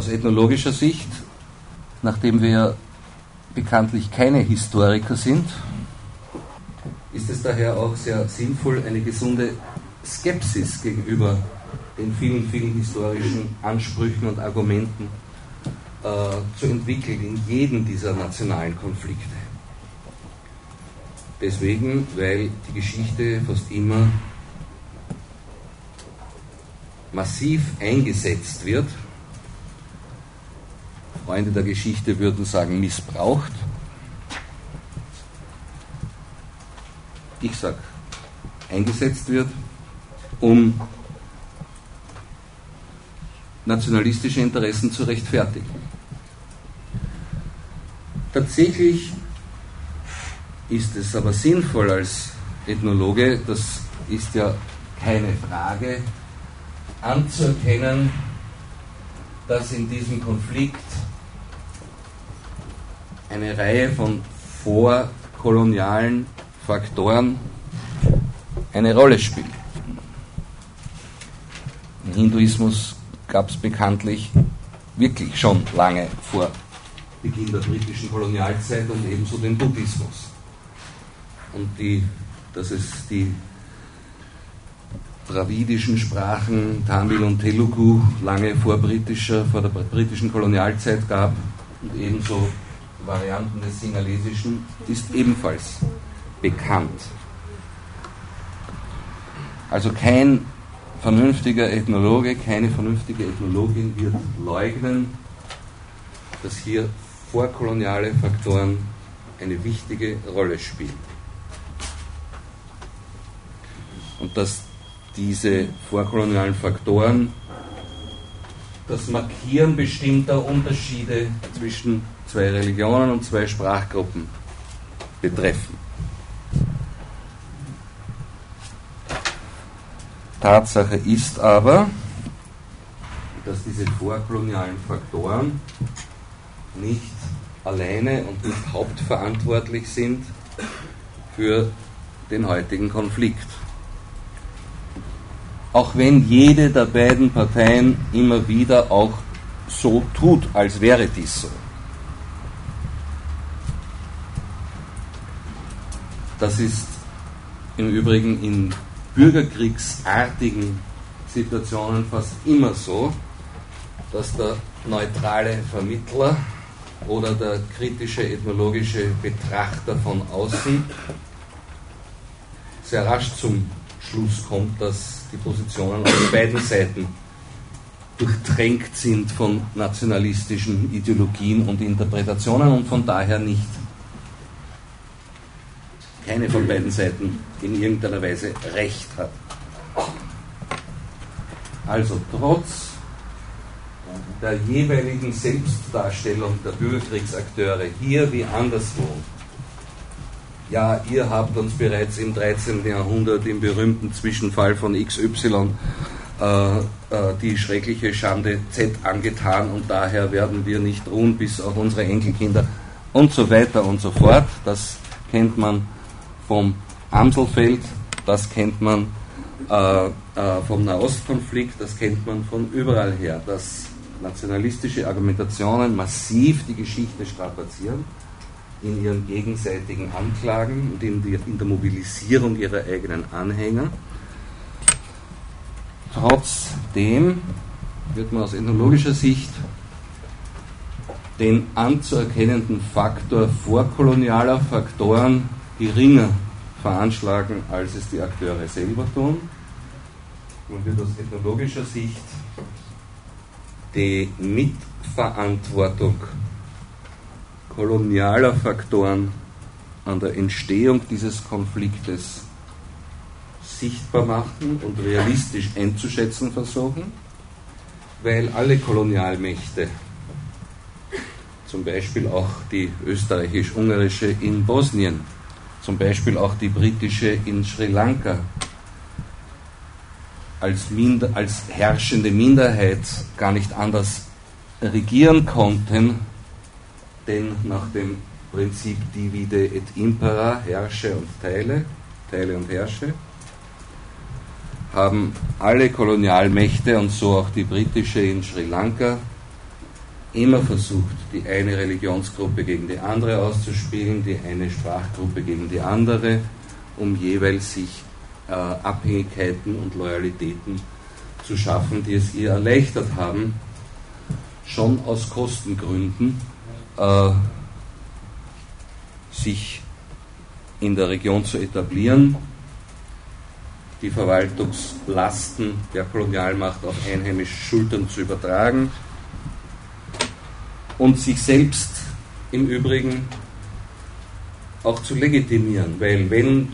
Aus ethnologischer Sicht, nachdem wir bekanntlich keine Historiker sind, ist es daher auch sehr sinnvoll, eine gesunde Skepsis gegenüber den vielen, vielen historischen Ansprüchen und Argumenten zu entwickeln in jedem dieser nationalen Konflikte. Deswegen, weil die Geschichte fast immer massiv eingesetzt wird. Freunde der Geschichte würden sagen, missbraucht. Ich sage, eingesetzt wird, um nationalistische Interessen zu rechtfertigen. Tatsächlich ist es aber sinnvoll als Ethnologe, das ist ja keine Frage, anzuerkennen, dass in diesem Konflikt eine Reihe von vorkolonialen Faktoren eine Rolle spielen. Im Hinduismus gab es bekanntlich wirklich schon lange vor Beginn der britischen Kolonialzeit und ebenso den Buddhismus. Und dass es die dravidischen Sprachen Tamil und Telugu lange vor der britischen Kolonialzeit gab und ebenso Varianten des Singalesischen, ist ebenfalls bekannt. Also kein vernünftiger Ethnologe, keine vernünftige Ethnologin wird leugnen, dass hier vorkoloniale Faktoren eine wichtige Rolle spielen. Und dass diese vorkolonialen Faktoren das Markieren bestimmter Unterschiede zwischen zwei Religionen und zwei Sprachgruppen betreffen. Tatsache ist aber, dass diese vorkolonialen Faktoren nicht alleine und nicht hauptverantwortlich sind für den heutigen Konflikt. Auch wenn jede der beiden Parteien immer wieder auch so tut, als wäre dies so. Das ist im Übrigen in bürgerkriegsartigen Situationen fast immer so, dass der neutrale Vermittler oder der kritische ethnologische Betrachter von außen sehr rasch zum Schluss kommt, dass die Positionen auf beiden Seiten durchtränkt sind von nationalistischen Ideologien und Interpretationen und von daher nicht keine von beiden Seiten in irgendeiner Weise Recht hat. Also trotz der jeweiligen Selbstdarstellung der Bürgerkriegsakteure hier wie anderswo, ja, ihr habt uns bereits im 13. Jahrhundert im berühmten Zwischenfall von XY die schreckliche Schande Z angetan und daher werden wir nicht ruhen, bis auch unsere Enkelkinder und so weiter und so fort. Das kennt man vom Amselfeld, das kennt man vom Nahostkonflikt, das kennt man von überall her, dass nationalistische Argumentationen massiv die Geschichte strapazieren in ihren gegenseitigen Anklagen und in der Mobilisierung ihrer eigenen Anhänger. Trotzdem wird man aus ethnologischer Sicht den anzuerkennenden Faktor vorkolonialer Faktoren geringer veranschlagen, als es die Akteure selber tun. Man wird aus ethnologischer Sicht die Mitverantwortung kolonialer Faktoren an der Entstehung dieses Konfliktes sichtbar machen und realistisch einzuschätzen versuchen, weil alle Kolonialmächte, zum Beispiel auch die österreichisch-ungarische in Bosnien, zum Beispiel auch die britische in Sri Lanka, als herrschende Minderheit gar nicht anders regieren konnten, denn nach dem Prinzip divide et impera, herrsche und teile und herrsche, haben alle Kolonialmächte und so auch die britische in Sri Lanka immer versucht, die eine Religionsgruppe gegen die andere auszuspielen, die eine Sprachgruppe gegen die andere, um jeweils sich Abhängigkeiten und Loyalitäten zu schaffen, die es ihr erleichtert haben, schon aus Kostengründen sich in der Region zu etablieren, die Verwaltungslasten der Kolonialmacht auf einheimische Schultern zu übertragen und sich selbst im Übrigen auch zu legitimieren, weil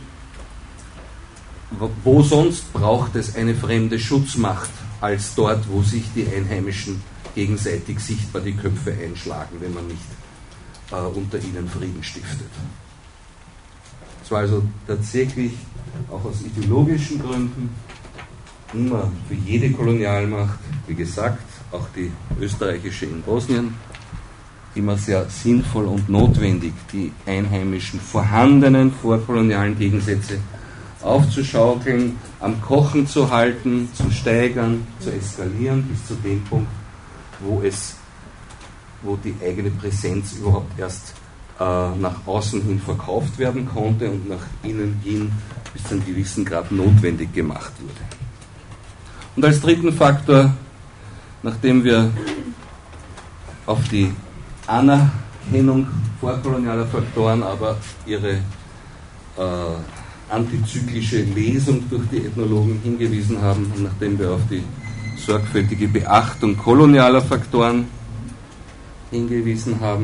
wo sonst braucht es eine fremde Schutzmacht als dort, wo sich die Einheimischen gegenseitig sichtbar die Köpfe einschlagen, wenn man nicht unter ihnen Frieden stiftet. Es war also tatsächlich auch aus ideologischen Gründen immer für jede Kolonialmacht, wie gesagt, auch die österreichische in Bosnien, immer sehr sinnvoll und notwendig, die einheimischen vorhandenen vorkolonialen Gegensätze aufzuschaukeln, am Kochen zu halten, zu steigern, zu eskalieren, bis zu dem Punkt, wo die eigene Präsenz überhaupt erst nach außen hin verkauft werden konnte und nach innen hin bis zu einem gewissen Grad notwendig gemacht wurde. Und als dritten Faktor, nachdem wir auf die Anerkennung vorkolonialer Faktoren, aber ihre antizyklische Lesung durch die Ethnologen hingewiesen haben und nachdem wir auf die sorgfältige Beachtung kolonialer Faktoren hingewiesen haben,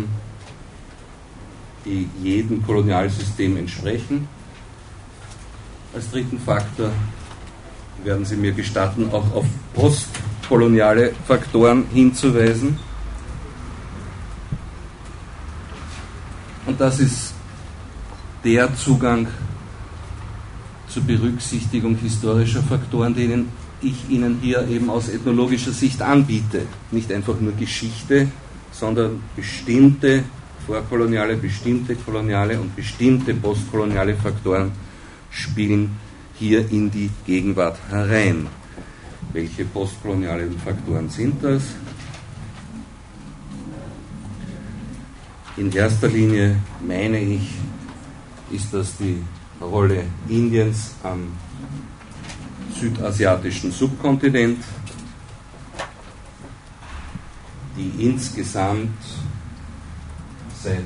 die jedem Kolonialsystem entsprechen. Als dritten Faktor werden Sie mir gestatten, auch auf postkoloniale Faktoren hinzuweisen. Und das ist der Zugang zur Berücksichtigung historischer Faktoren, denen ich Ihnen hier eben aus ethnologischer Sicht anbiete. Nicht einfach nur Geschichte, sondern bestimmte vorkoloniale, bestimmte koloniale und bestimmte postkoloniale Faktoren spielen hier in die Gegenwart herein. Welche postkolonialen Faktoren sind das? In erster Linie, meine ich, ist das die Rolle Indiens am südasiatischen Subkontinent, die insgesamt seit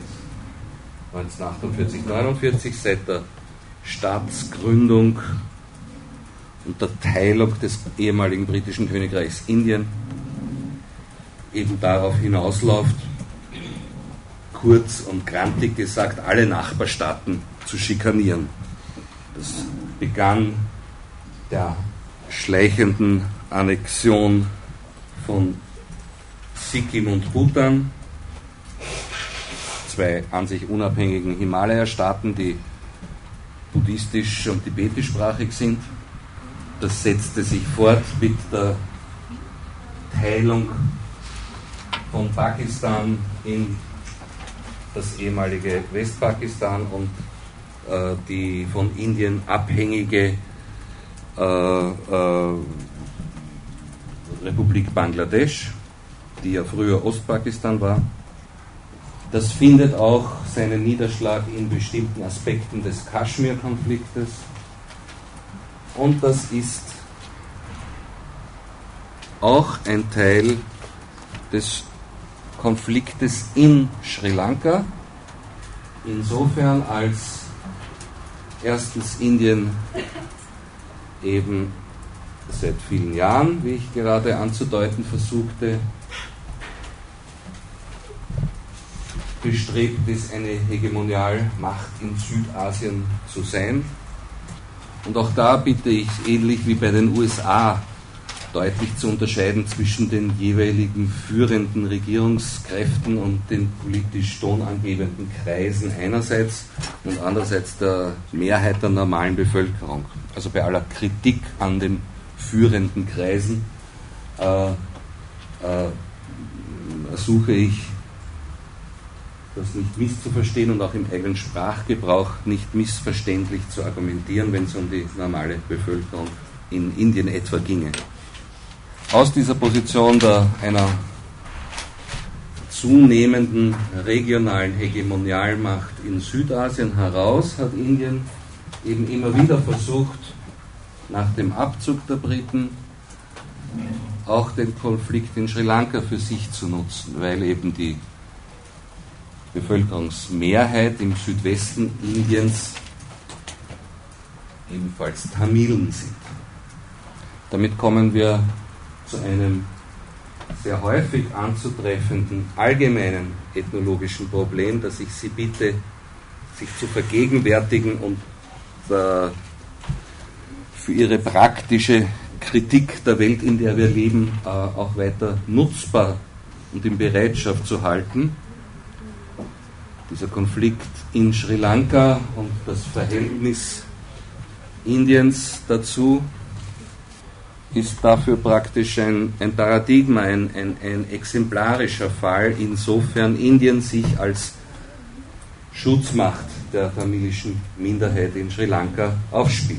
1948/49, seit der Staatsgründung und der Teilung des ehemaligen britischen Königreichs Indien eben darauf hinausläuft, kurz und grantig gesagt, alle Nachbarstaaten zu schikanieren. Das begann der schleichenden Annexion von Sikkim und Bhutan, zwei an sich unabhängigen Himalaya-Staaten, die buddhistisch und tibetischsprachig sind. Das setzte sich fort mit der Teilung von Pakistan in das ehemalige Westpakistan und die von Indien abhängige Republik Bangladesch, die ja früher Ostpakistan war. Das findet auch seinen Niederschlag in bestimmten Aspekten des Kaschmir-Konfliktes. Und das ist auch ein Teil des Konfliktes in Sri Lanka, insofern als erstens Indien eben seit vielen Jahren, wie ich gerade anzudeuten versuchte, bestrebt ist, eine Hegemonialmacht in Südasien zu sein. Und auch da bitte ich, ähnlich wie bei den USA, deutlich zu unterscheiden zwischen den jeweiligen führenden Regierungskräften und den politisch tonangebenden Kreisen einerseits und andererseits der Mehrheit der normalen Bevölkerung. Also bei aller Kritik an den führenden Kreisen suche ich, das nicht misszuverstehen und auch im eigenen Sprachgebrauch nicht missverständlich zu argumentieren, wenn es um die normale Bevölkerung in Indien etwa ginge. Aus dieser Position einer zunehmenden regionalen Hegemonialmacht in Südasien heraus hat Indien eben immer wieder versucht, nach dem Abzug der Briten auch den Konflikt in Sri Lanka für sich zu nutzen, weil eben die Bevölkerungsmehrheit im Südwesten Indiens ebenfalls Tamilen sind. Damit kommen wir zu einem sehr häufig anzutreffenden allgemeinen ethnologischen Problem, das ich Sie bitte, sich zu vergegenwärtigen und für Ihre praktische Kritik der Welt, in der wir leben, auch weiter nutzbar und in Bereitschaft zu halten. Dieser Konflikt in Sri Lanka und das Verhältnis Indiens dazu ist dafür praktisch ein Paradigma, ein exemplarischer Fall, insofern Indien sich als Schutzmacht der tamilischen Minderheit in Sri Lanka aufspielt.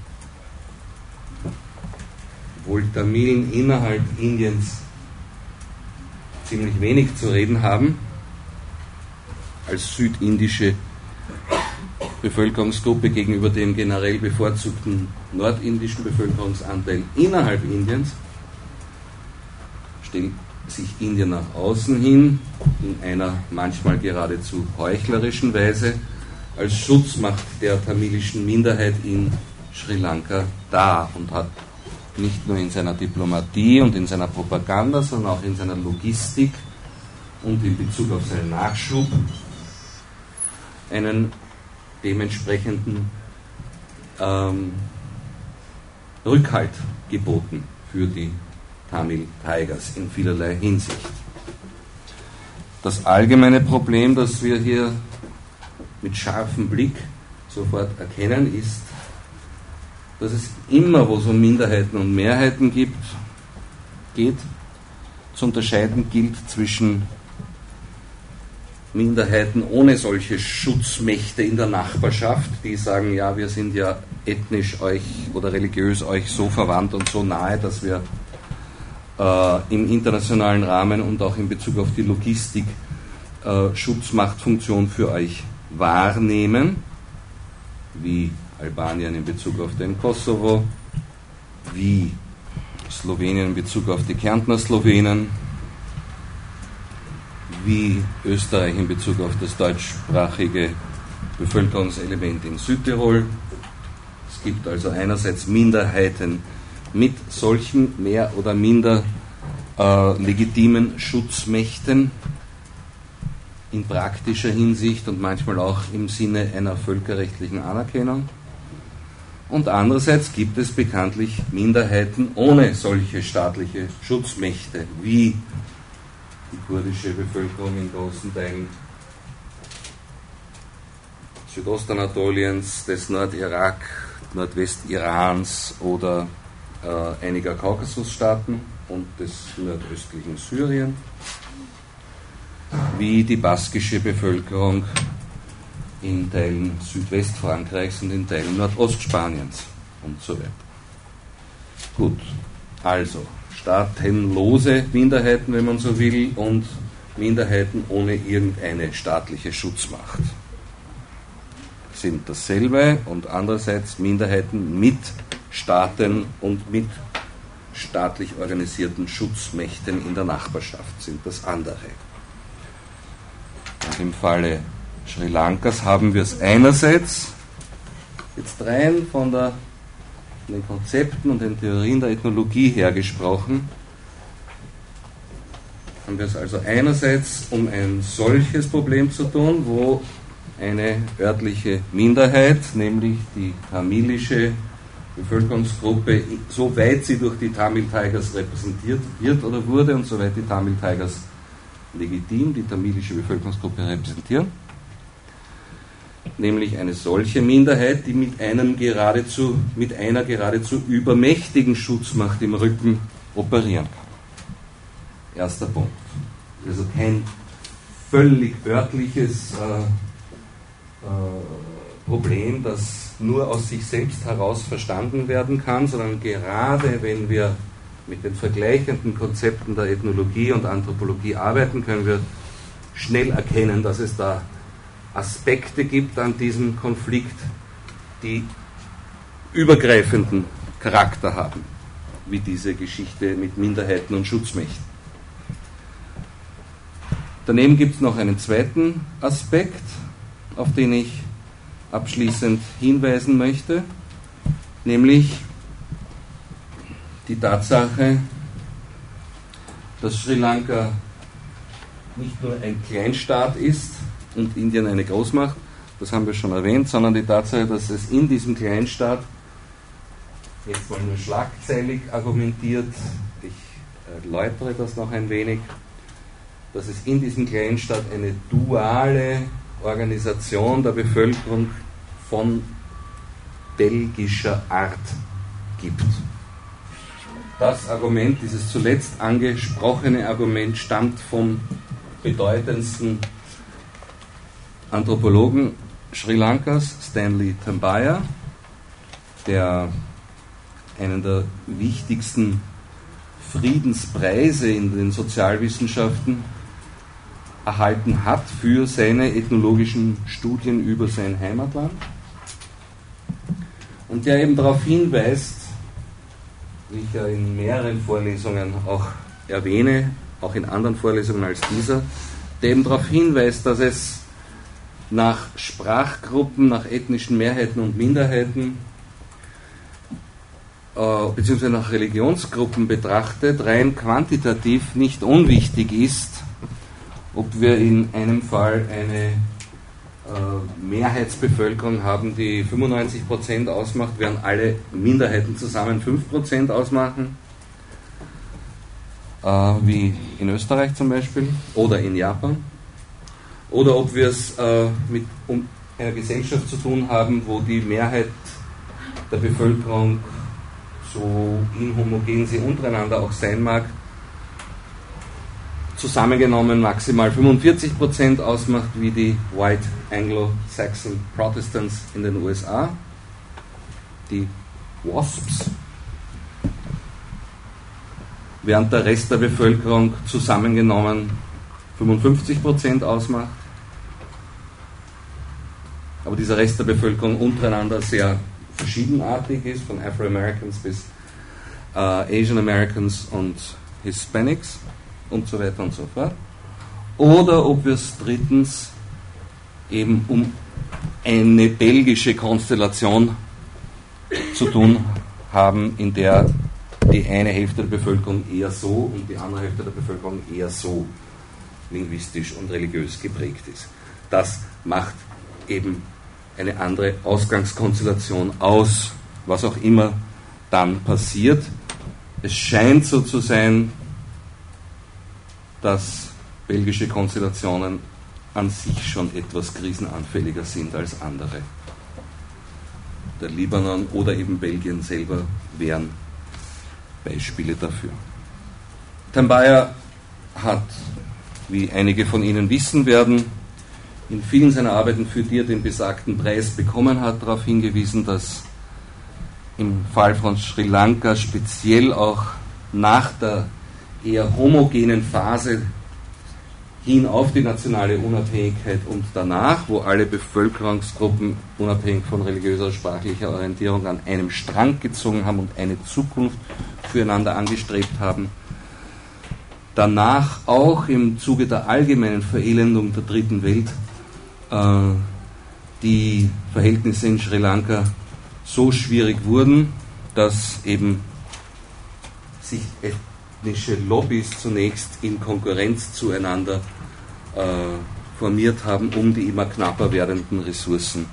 Obwohl Tamilen innerhalb Indiens ziemlich wenig zu reden haben, als südindische Bevölkerungsgruppe gegenüber dem generell bevorzugten nordindischen Bevölkerungsanteil innerhalb Indiens, stellt sich Indien nach außen hin, in einer manchmal geradezu heuchlerischen Weise, als Schutzmacht der tamilischen Minderheit in Sri Lanka dar und hat nicht nur in seiner Diplomatie und in seiner Propaganda, sondern auch in seiner Logistik und in Bezug auf seinen Nachschub einen dementsprechenden Rückhalt geboten für die Tamil Tigers in vielerlei Hinsicht. Das allgemeine Problem, das wir hier mit scharfem Blick sofort erkennen, ist, dass es immer, wo es um Minderheiten und Mehrheiten geht, zu unterscheiden gilt zwischen Minderheiten ohne solche Schutzmächte in der Nachbarschaft, die sagen, ja, wir sind ja ethnisch euch oder religiös euch so verwandt und so nahe, dass wir im internationalen Rahmen und auch in Bezug auf die Logistik Schutzmachtfunktion für euch wahrnehmen, wie Albanien in Bezug auf den Kosovo, wie Slowenien in Bezug auf die Kärntner Slowenen, wie Österreich in Bezug auf das deutschsprachige Bevölkerungselement in Südtirol. Es gibt also einerseits Minderheiten mit solchen mehr oder minder legitimen Schutzmächten in praktischer Hinsicht und manchmal auch im Sinne einer völkerrechtlichen Anerkennung. Und andererseits gibt es bekanntlich Minderheiten ohne solche staatliche Schutzmächte, wie die kurdische Bevölkerung in großen Teilen Südostanatoliens, des Nordirak, Nordwestirans oder einiger Kaukasusstaaten und des nordöstlichen Syrien, wie die baskische Bevölkerung in Teilen Südwestfrankreichs und in Teilen Nordostspaniens und so weiter. Gut, also staatenlose Minderheiten, wenn man so will, und Minderheiten ohne irgendeine staatliche Schutzmacht sind dasselbe, und andererseits Minderheiten mit Staaten und mit staatlich organisierten Schutzmächten in der Nachbarschaft sind das andere. Und im Falle Sri Lankas haben wir es einerseits, jetzt rein von den Konzepten und den Theorien der Ethnologie her gesprochen, haben wir es also einerseits um ein solches Problem zu tun, wo eine örtliche Minderheit, nämlich die tamilische Bevölkerungsgruppe, soweit sie durch die Tamil Tigers repräsentiert wird oder wurde und soweit die Tamil Tigers legitim die tamilische Bevölkerungsgruppe repräsentieren, nämlich eine solche Minderheit, die mit einer geradezu übermächtigen Schutzmacht im Rücken operieren kann. Erster Punkt. Also kein völlig örtliches Problem, das nur aus sich selbst heraus verstanden werden kann, sondern gerade wenn wir mit den vergleichenden Konzepten der Ethnologie und Anthropologie arbeiten, können wir schnell erkennen, dass es da Aspekte gibt an diesem Konflikt, die übergreifenden Charakter haben, wie diese Geschichte mit Minderheiten und Schutzmächten. Daneben gibt es noch einen zweiten Aspekt, auf den ich abschließend hinweisen möchte, nämlich die Tatsache, dass Sri Lanka nicht nur ein Kleinstaat ist und Indien eine Großmacht, das haben wir schon erwähnt, sondern die Tatsache, dass es in diesem Kleinstaat, jetzt mal nur schlagzeilig argumentiert, ich erläutere das noch ein wenig, dass es in diesem Kleinstaat eine duale Organisation der Bevölkerung von belgischer Art gibt. Das Argument, dieses zuletzt angesprochene Argument, stammt vom bedeutendsten Anthropologen Sri Lankas, Stanley Tambaya, der einen der wichtigsten Friedenspreise in den Sozialwissenschaften erhalten hat für seine ethnologischen Studien über sein Heimatland und der eben darauf hinweist, wie ich ja in mehreren Vorlesungen auch erwähne, auch in anderen Vorlesungen als dieser, der eben darauf hinweist, dass es nach Sprachgruppen, nach ethnischen Mehrheiten und Minderheiten beziehungsweise nach Religionsgruppen betrachtet, rein quantitativ nicht unwichtig ist, ob wir in einem Fall eine Mehrheitsbevölkerung haben, die 95% ausmacht, während alle Minderheiten zusammen 5% ausmachen, wie in Österreich zum Beispiel oder in Japan, oder ob wir es mit einer Gesellschaft zu tun haben, wo die Mehrheit der Bevölkerung, so inhomogen sie untereinander auch sein mag, zusammengenommen maximal 45% ausmacht, wie die White Anglo-Saxon Protestants in den USA, die WASPs, während der Rest der Bevölkerung zusammengenommen 55% ausmacht. Aber dieser Rest der Bevölkerung untereinander sehr verschiedenartig ist, von Afro-Americans bis Asian Americans und Hispanics und so weiter und so fort. Oder ob wir es drittens eben um eine belgische Konstellation zu tun haben, in der die eine Hälfte der Bevölkerung eher so und die andere Hälfte der Bevölkerung eher so linguistisch und religiös geprägt ist. Das macht eben eine andere Ausgangskonstellation aus, was auch immer dann passiert. Es scheint so zu sein, dass belgische Konstellationen an sich schon etwas krisenanfälliger sind als andere. Der Libanon oder eben Belgien selber wären Beispiele dafür. Tambaya hat, wie einige von Ihnen wissen werden, in vielen seiner Arbeiten, für die er den besagten Preis bekommen hat, darauf hingewiesen, dass im Fall von Sri Lanka speziell auch nach der eher homogenen Phase hin auf die nationale Unabhängigkeit und danach, wo alle Bevölkerungsgruppen unabhängig von religiöser, sprachlicher Orientierung an einem Strang gezogen haben und eine Zukunft füreinander angestrebt haben, danach auch im Zuge der allgemeinen Verelendung der dritten Welt die Verhältnisse in Sri Lanka so schwierig wurden, dass eben sich ethnische Lobbys zunächst in Konkurrenz zueinander formiert haben, um die immer knapper werdenden Ressourcen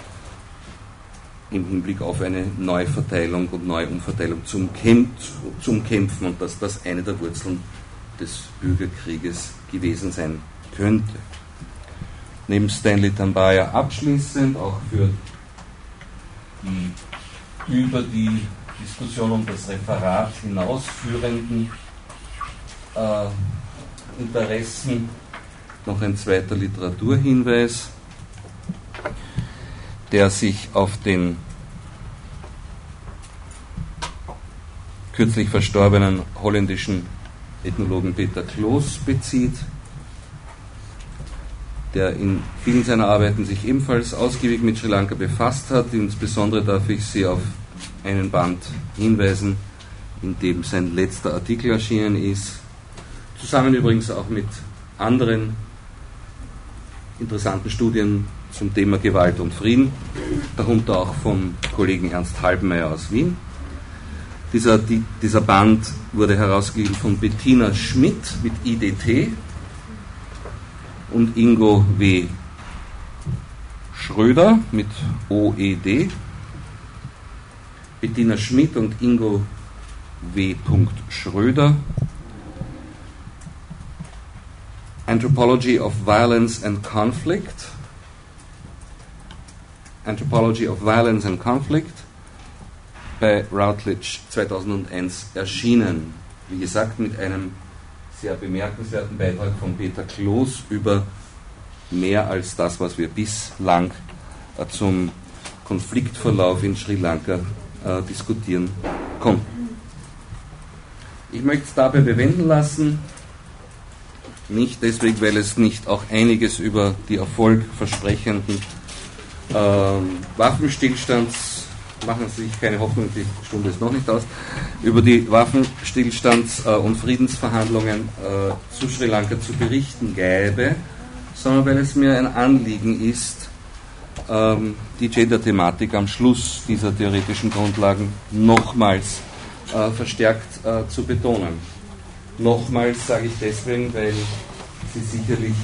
im Hinblick auf eine Neuverteilung und Neuumverteilung zum Kämpfen, und dass das eine der Wurzeln des Bürgerkrieges gewesen sein könnte. Neben Stanley Tambaya abschließend auch für die über die Diskussion um das Referat hinausführenden Interessen noch ein zweiter Literaturhinweis, der sich auf den kürzlich verstorbenen holländischen Ethnologen Peter Kloos bezieht. der in vielen seiner Arbeiten sich ebenfalls ausgiebig mit Sri Lanka befasst hat. Insbesondere darf ich Sie auf einen Band hinweisen, in dem sein letzter Artikel erschienen ist, zusammen übrigens auch mit anderen interessanten Studien zum Thema Gewalt und Frieden, darunter auch vom Kollegen Ernst Halbenmeier aus Wien. Dieser Band wurde herausgegeben von Bettina Schmidt mit IDT und Ingo W. Schröder mit OED. Bettina Schmidt und Ingo W. Schröder. Anthropology of Violence and Conflict. Anthropology of Violence and Conflict, bei Routledge 2001 erschienen. Wie gesagt, mit einem sehr bemerkenswerten Beitrag von Peter Kloos über mehr als das, was wir bislang zum Konfliktverlauf in Sri Lanka diskutieren konnten. Ich möchte es dabei bewenden lassen, nicht deswegen, weil es nicht auch einiges über die erfolgversprechenden Waffenstillstands, machen Sie sich keine Hoffnung, die Stunde ist noch nicht aus, über die Waffenstillstands- und Friedensverhandlungen zu Sri Lanka zu berichten gäbe, sondern weil es mir ein Anliegen ist, die Gender-Thematik am Schluss dieser theoretischen Grundlagen nochmals verstärkt zu betonen. Nochmals sage ich deswegen, weil Sie sicherlich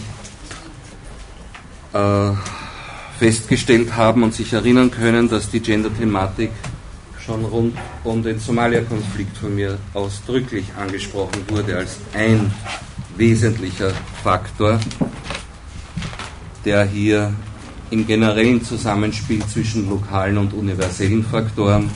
festgestellt haben und sich erinnern können, dass die Gender-Thematik schon rund um den Somalia-Konflikt von mir ausdrücklich angesprochen wurde als ein wesentlicher Faktor, der hier im generellen Zusammenspiel zwischen lokalen und universellen Faktoren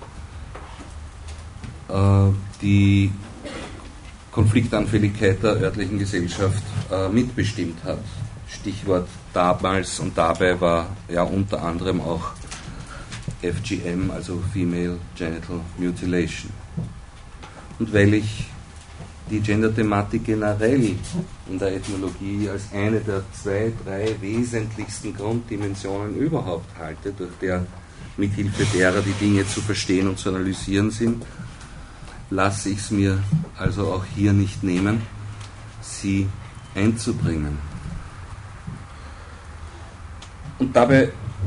die Konfliktanfälligkeit der örtlichen Gesellschaft mitbestimmt hat. Stichwort damals und dabei war ja unter anderem auch FGM, also Female Genital Mutilation. Und weil ich die Gender-Thematik generell in der Ethnologie als eine der 2, 3 wesentlichsten Grunddimensionen überhaupt halte, mithilfe derer die Dinge zu verstehen und zu analysieren sind, lasse ich es mir also auch hier nicht nehmen, sie einzubringen. Und dabei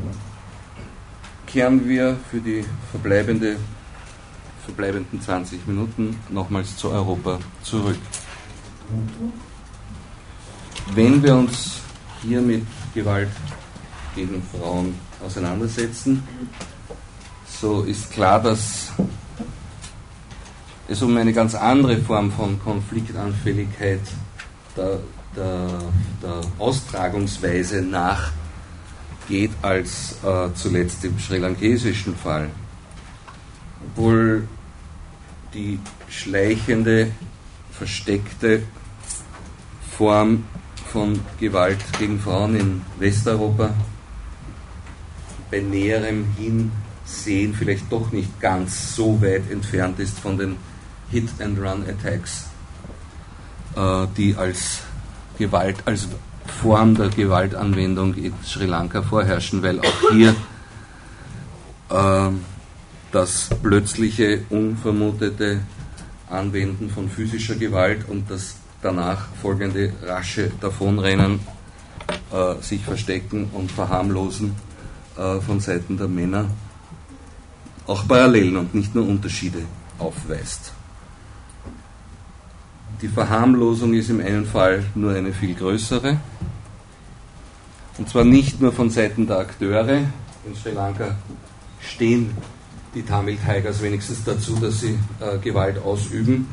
kehren wir für die verbleibenden 20 Minuten nochmals zu Europa zurück. Wenn wir uns hier mit Gewalt gegen Frauen auseinandersetzen, so ist klar, dass es um eine ganz andere Form von Konfliktanfälligkeit der Austragungsweise nach geht als zuletzt im sri-lankesischen Fall. Obwohl die schleichende, versteckte Form von Gewalt gegen Frauen in Westeuropa bei näherem Hinsehen vielleicht doch nicht ganz so weit entfernt ist von den Hit-and-Run-Attacks, die als Gewalt, als Form der Gewaltanwendung in Sri Lanka vorherrschen, weil auch hier das plötzliche, unvermutete Anwenden von physischer Gewalt und das danach folgende rasche Davonrennen, sich verstecken und verharmlosen von Seiten der Männer auch Parallelen und nicht nur Unterschiede aufweist. Die Verharmlosung ist im einen Fall nur eine viel größere, und zwar nicht nur von Seiten der Akteure. In Sri Lanka stehen die Tamil Tigers wenigstens dazu, dass sie Gewalt ausüben.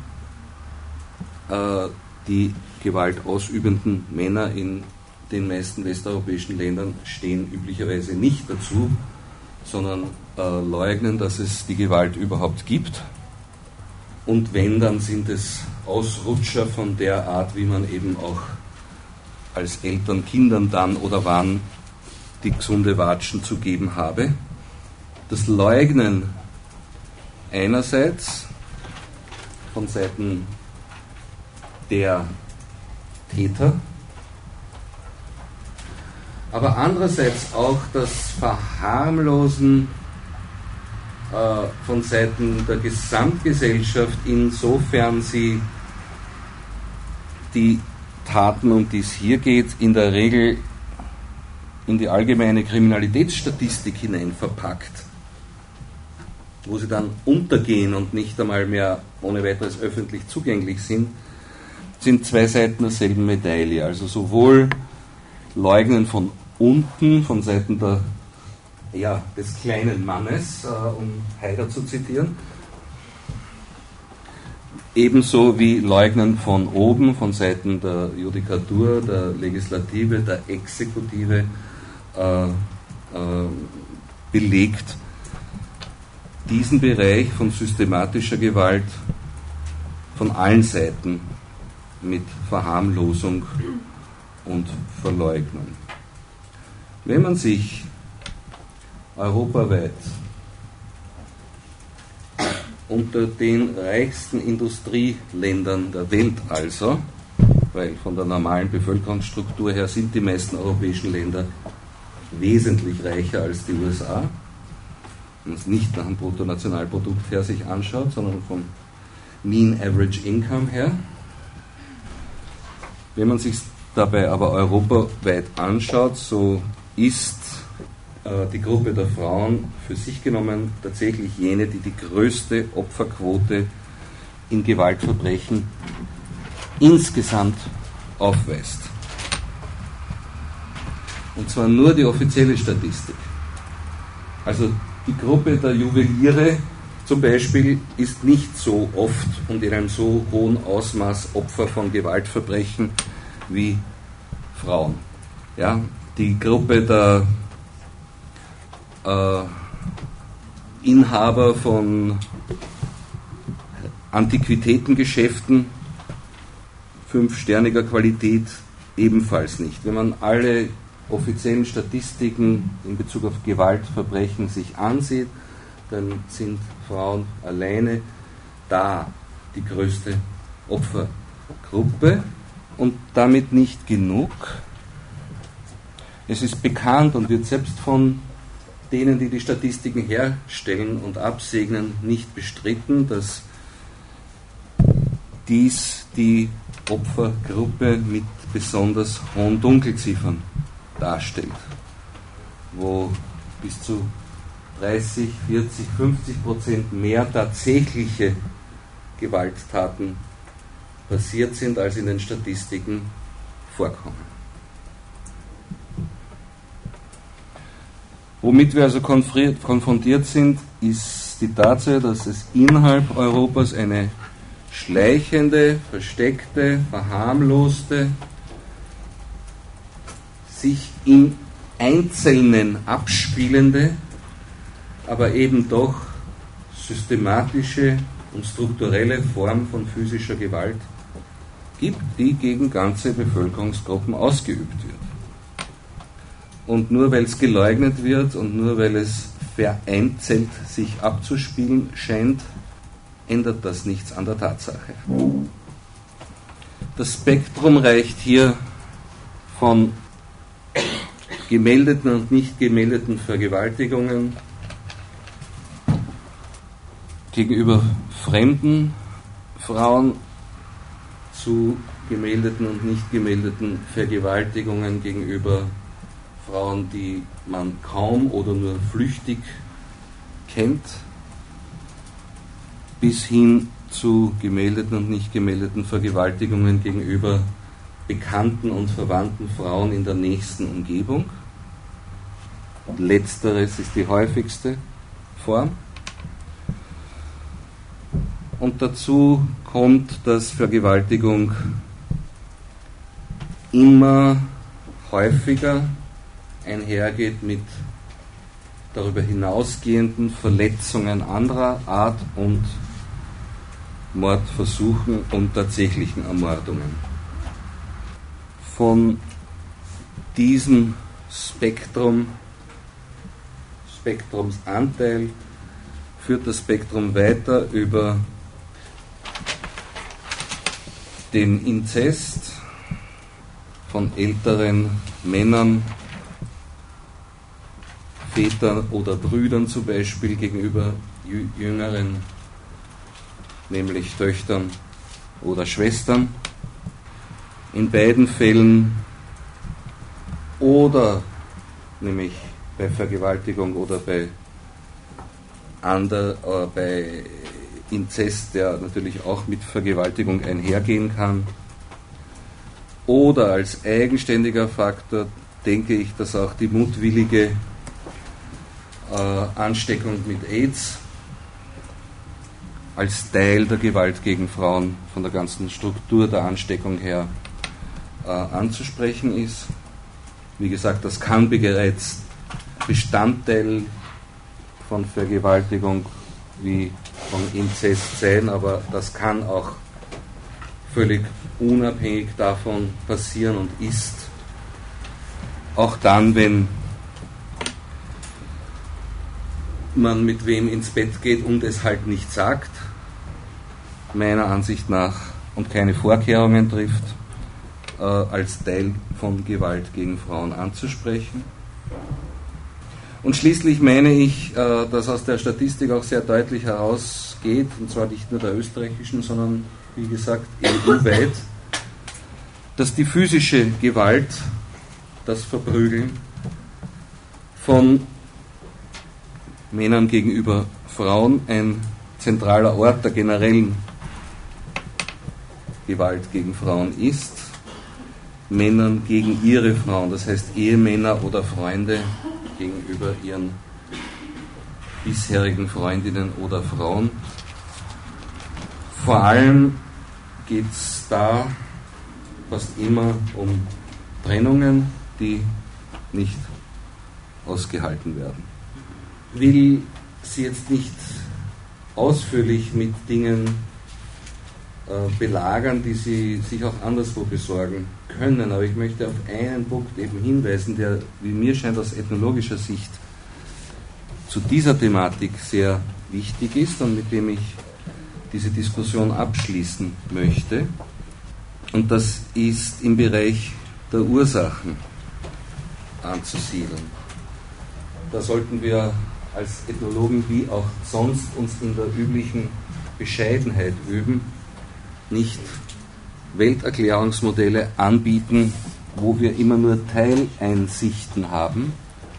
Die Gewalt ausübenden Männer in den meisten westeuropäischen Ländern stehen üblicherweise nicht dazu, sondern leugnen, dass es die Gewalt überhaupt gibt. Und wenn, dann sind es Ausrutscher von der Art, wie man eben auch als Eltern Kindern dann oder wann die gesunde Watschen zu geben habe. Das Leugnen einerseits von Seiten der Täter aber andererseits auch das Verharmlosen von Seiten der Gesamtgesellschaft, insofern sie die Taten, um die es hier geht, in der Regel in die allgemeine Kriminalitätsstatistik hinein verpackt, wo sie dann untergehen und nicht einmal mehr ohne weiteres öffentlich zugänglich sind zwei Seiten derselben Medaille. Also sowohl Leugnen von unten, von Seiten des kleinen Mannes, um Haider zu zitieren, ebenso wie Leugnen von oben, von Seiten der Judikatur, der Legislative, der Exekutive, belegt diesen Bereich von systematischer Gewalt von allen Seiten mit Verharmlosung und Verleugnung. Wenn man sich europaweit unter den reichsten Industrieländern der Welt also, weil von der normalen Bevölkerungsstruktur her sind die meisten europäischen Länder wesentlich reicher als die USA, wenn man es nicht nach dem Bruttonationalprodukt her sich anschaut, sondern vom Mean Average Income her. Wenn man sich dabei aber europaweit anschaut, so ist die Gruppe der Frauen für sich genommen tatsächlich jene, die die größte Opferquote in Gewaltverbrechen insgesamt aufweist. Und zwar nur die offizielle Statistik. Also die Gruppe der Juweliere zum Beispiel ist nicht so oft und in einem so hohen Ausmaß Opfer von Gewaltverbrechen wie Frauen. Ja, die Gruppe der Inhaber von Antiquitätengeschäften 5-sterniger Qualität ebenfalls nicht. Wenn man alle offiziellen Statistiken in Bezug auf Gewaltverbrechen sich ansieht, dann sind Frauen alleine da die größte Opfergruppe und damit nicht genug. Es ist bekannt und wird selbst von denen, die die Statistiken herstellen und absegnen, nicht bestritten, dass dies die Opfergruppe mit besonders hohen Dunkelziffern darstellt, wo bis zu 30, 40, 50% mehr tatsächliche Gewalttaten passiert sind, als in den Statistiken vorkommen. Womit wir also konfrontiert sind, ist die Tatsache, dass es innerhalb Europas eine schleichende, versteckte, verharmloste, sich im Einzelnen abspielende, aber eben doch systematische und strukturelle Form von physischer Gewalt gibt, die gegen ganze Bevölkerungsgruppen ausgeübt wird. Und nur weil es geleugnet wird und nur weil es vereinzelt sich abzuspielen scheint, ändert das nichts an der Tatsache. Das Spektrum reicht hier von gemeldeten und nicht gemeldeten Vergewaltigungen gegenüber fremden Frauen zu gemeldeten und nicht gemeldeten Vergewaltigungen gegenüber Frauen, die man kaum oder nur flüchtig kennt, bis hin zu gemeldeten und nicht gemeldeten Vergewaltigungen gegenüber bekannten und verwandten Frauen in der nächsten Umgebung. Letzteres ist die häufigste Form. Und dazu kommt, dass Vergewaltigung immer häufiger einhergeht mit darüber hinausgehenden Verletzungen anderer Art und Mordversuchen und tatsächlichen Ermordungen. Von diesem Spektrumsanteil führt das Spektrum weiter über den Inzest von älteren Männern Vätern oder Brüdern zum Beispiel gegenüber Jüngeren, nämlich Töchtern oder Schwestern. In beiden Fällen oder nämlich bei Vergewaltigung oder bei Inzest, der natürlich auch mit Vergewaltigung einhergehen kann, oder als eigenständiger Faktor denke ich, dass auch die mutwillige Ansteckung mit AIDS als Teil der Gewalt gegen Frauen von der ganzen Struktur der Ansteckung her anzusprechen ist. Wie gesagt, das kann bereits Bestandteil von Vergewaltigung wie von Inzest sein, aber das kann auch völlig unabhängig davon passieren und ist. Auch dann, wenn man mit wem ins Bett geht und es halt nicht sagt, meiner Ansicht nach, und keine Vorkehrungen trifft, als Teil von Gewalt gegen Frauen anzusprechen. Und schließlich meine ich, dass aus der Statistik auch sehr deutlich herausgeht, und zwar nicht nur der österreichischen, sondern wie gesagt EU-weit, dass die physische Gewalt, das Verprügeln von Männern gegenüber Frauen ein zentraler Ort der generellen Gewalt gegen Frauen ist. Männern gegen ihre Frauen, das heißt Ehemänner oder Freunde gegenüber ihren bisherigen Freundinnen oder Frauen. Vor allem geht es da fast immer um Trennungen, die nicht ausgehalten werden. Ich will Sie jetzt nicht ausführlich mit Dingen belagern, die Sie sich auch anderswo besorgen können, aber ich möchte auf einen Punkt eben hinweisen, der, wie mir scheint, aus ethnologischer Sicht zu dieser Thematik sehr wichtig ist und mit dem ich diese Diskussion abschließen möchte. Und das ist im Bereich der Ursachen anzusiedeln. Da sollten wir als Ethnologen wie auch sonst uns in der üblichen Bescheidenheit üben, nicht Welterklärungsmodelle anbieten, wo wir immer nur Teileinsichten haben,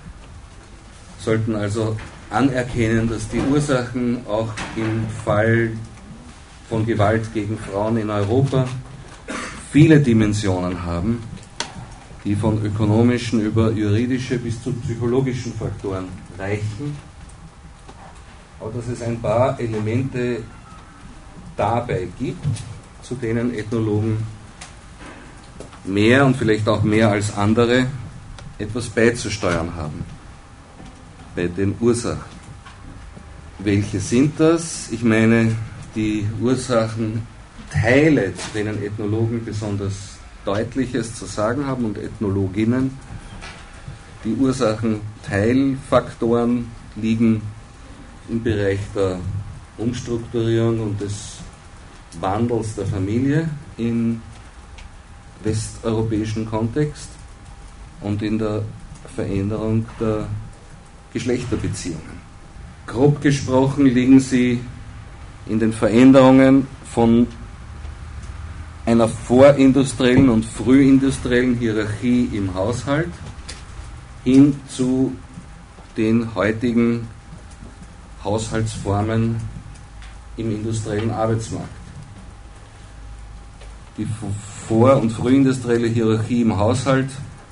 sollten also anerkennen, dass die Ursachen auch im Fall von Gewalt gegen Frauen in Europa viele Dimensionen haben, die von ökonomischen über juridische bis zu psychologischen Faktoren reichen, aber dass es ein paar Elemente dabei gibt, zu denen Ethnologen mehr und vielleicht auch mehr als andere etwas beizusteuern haben bei den Ursachen. Welche sind das? Ich meine, die Ursachenteile, zu denen Ethnologen besonders Deutliches zu sagen haben und Ethnologinnen. Die Ursachenteilfaktoren liegen im Bereich der Umstrukturierung und des Wandels der Familie im westeuropäischen Kontext und in der Veränderung der Geschlechterbeziehungen. Grob gesprochen liegen sie in den Veränderungen von einer vorindustriellen und frühindustriellen Hierarchie im Haushalt hin zu den heutigen Haushaltsformen im industriellen Arbeitsmarkt. Die vor- und frühindustrielle Hierarchie im Haushalt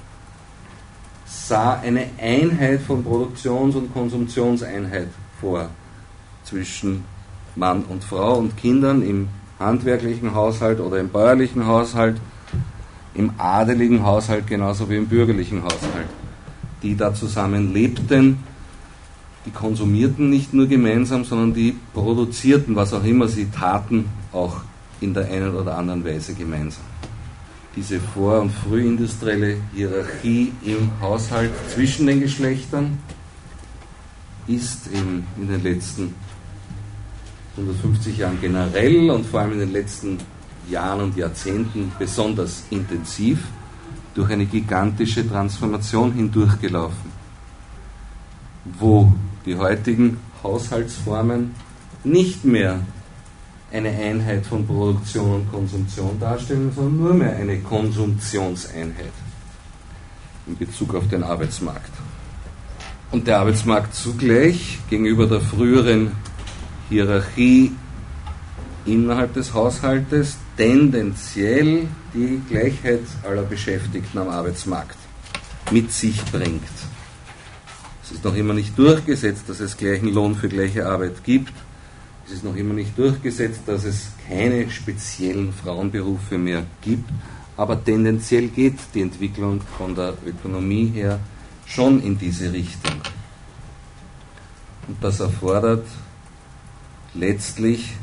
sah eine Einheit von Produktions- und Konsumptionseinheit vor zwischen Mann und Frau und Kindern im handwerklichen Haushalt oder im bäuerlichen Haushalt, im adeligen Haushalt genauso wie im bürgerlichen Haushalt, die da zusammen lebten, die konsumierten nicht nur gemeinsam, sondern die produzierten, was auch immer sie taten, auch in der einen oder anderen Weise gemeinsam. Diese vor- und frühindustrielle Hierarchie im Haushalt zwischen den Geschlechtern ist in den letzten 150 Jahren generell und vor allem in den letzten Jahren und Jahrzehnten besonders intensiv durch eine gigantische Transformation hindurchgelaufen. wo die heutigen Haushaltsformen nicht mehr eine Einheit von Produktion und Konsumption darstellen, sondern nur mehr eine Konsumptionseinheit in Bezug auf den Arbeitsmarkt. Und der Arbeitsmarkt zugleich gegenüber der früheren Hierarchie innerhalb des Haushaltes tendenziell die Gleichheit aller Beschäftigten am Arbeitsmarkt mit sich bringt. Es ist noch immer nicht durchgesetzt, dass es gleichen Lohn für gleiche Arbeit gibt. Es ist noch immer nicht durchgesetzt, dass es keine speziellen Frauenberufe mehr gibt. Aber tendenziell geht die Entwicklung von der Ökonomie her schon in diese Richtung. Und das erfordert letztlich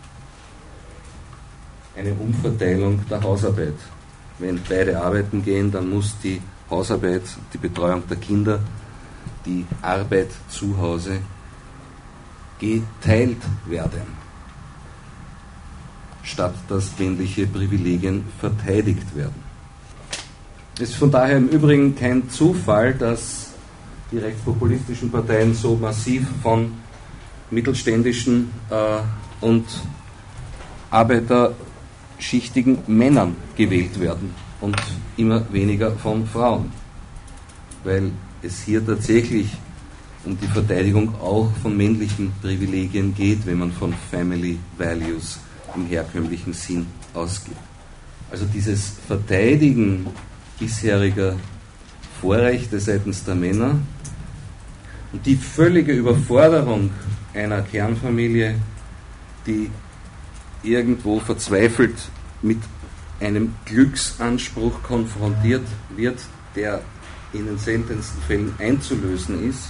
eine Umverteilung der Hausarbeit. Wenn beide arbeiten gehen, dann muss die Hausarbeit, die Betreuung der Kinder, die Arbeit zu Hause geteilt werden, statt dass männliche Privilegien verteidigt werden. Es ist von daher im Übrigen kein Zufall, dass die rechtspopulistischen Parteien so massiv von mittelständischen und arbeiterschichtigen Männern gewählt werden und immer weniger von Frauen, weil es hier tatsächlich um die Verteidigung auch von männlichen Privilegien geht, wenn man von Family Values im herkömmlichen Sinn ausgeht. Also dieses Verteidigen bisheriger Vorrechte seitens der Männer und die völlige Überforderung einer Kernfamilie, die irgendwo verzweifelt mit einem Glücksanspruch konfrontiert wird, der in den seltensten Fällen einzulösen ist,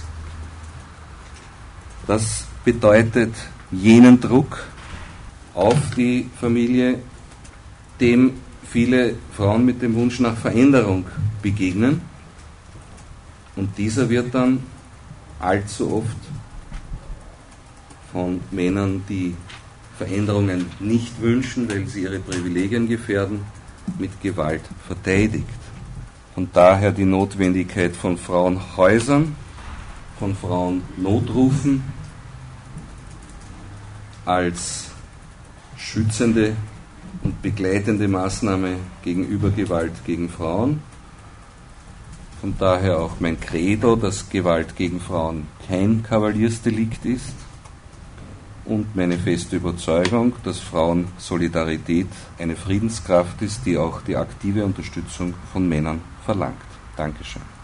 das bedeutet jenen Druck auf die Familie, dem viele Frauen mit dem Wunsch nach Veränderung begegnen. Und dieser wird dann allzu oft von Männern, die Veränderungen nicht wünschen, weil sie ihre Privilegien gefährden, mit Gewalt verteidigt. Und daher die Notwendigkeit von Frauenhäusern, von Frauennotrufen als schützende und begleitende Maßnahme gegenüber Gewalt gegen Frauen. Von daher auch mein Credo, dass Gewalt gegen Frauen kein Kavaliersdelikt ist. Und meine feste Überzeugung, dass Frauensolidarität eine Friedenskraft ist, die auch die aktive Unterstützung von Männern verlangt. Dankeschön.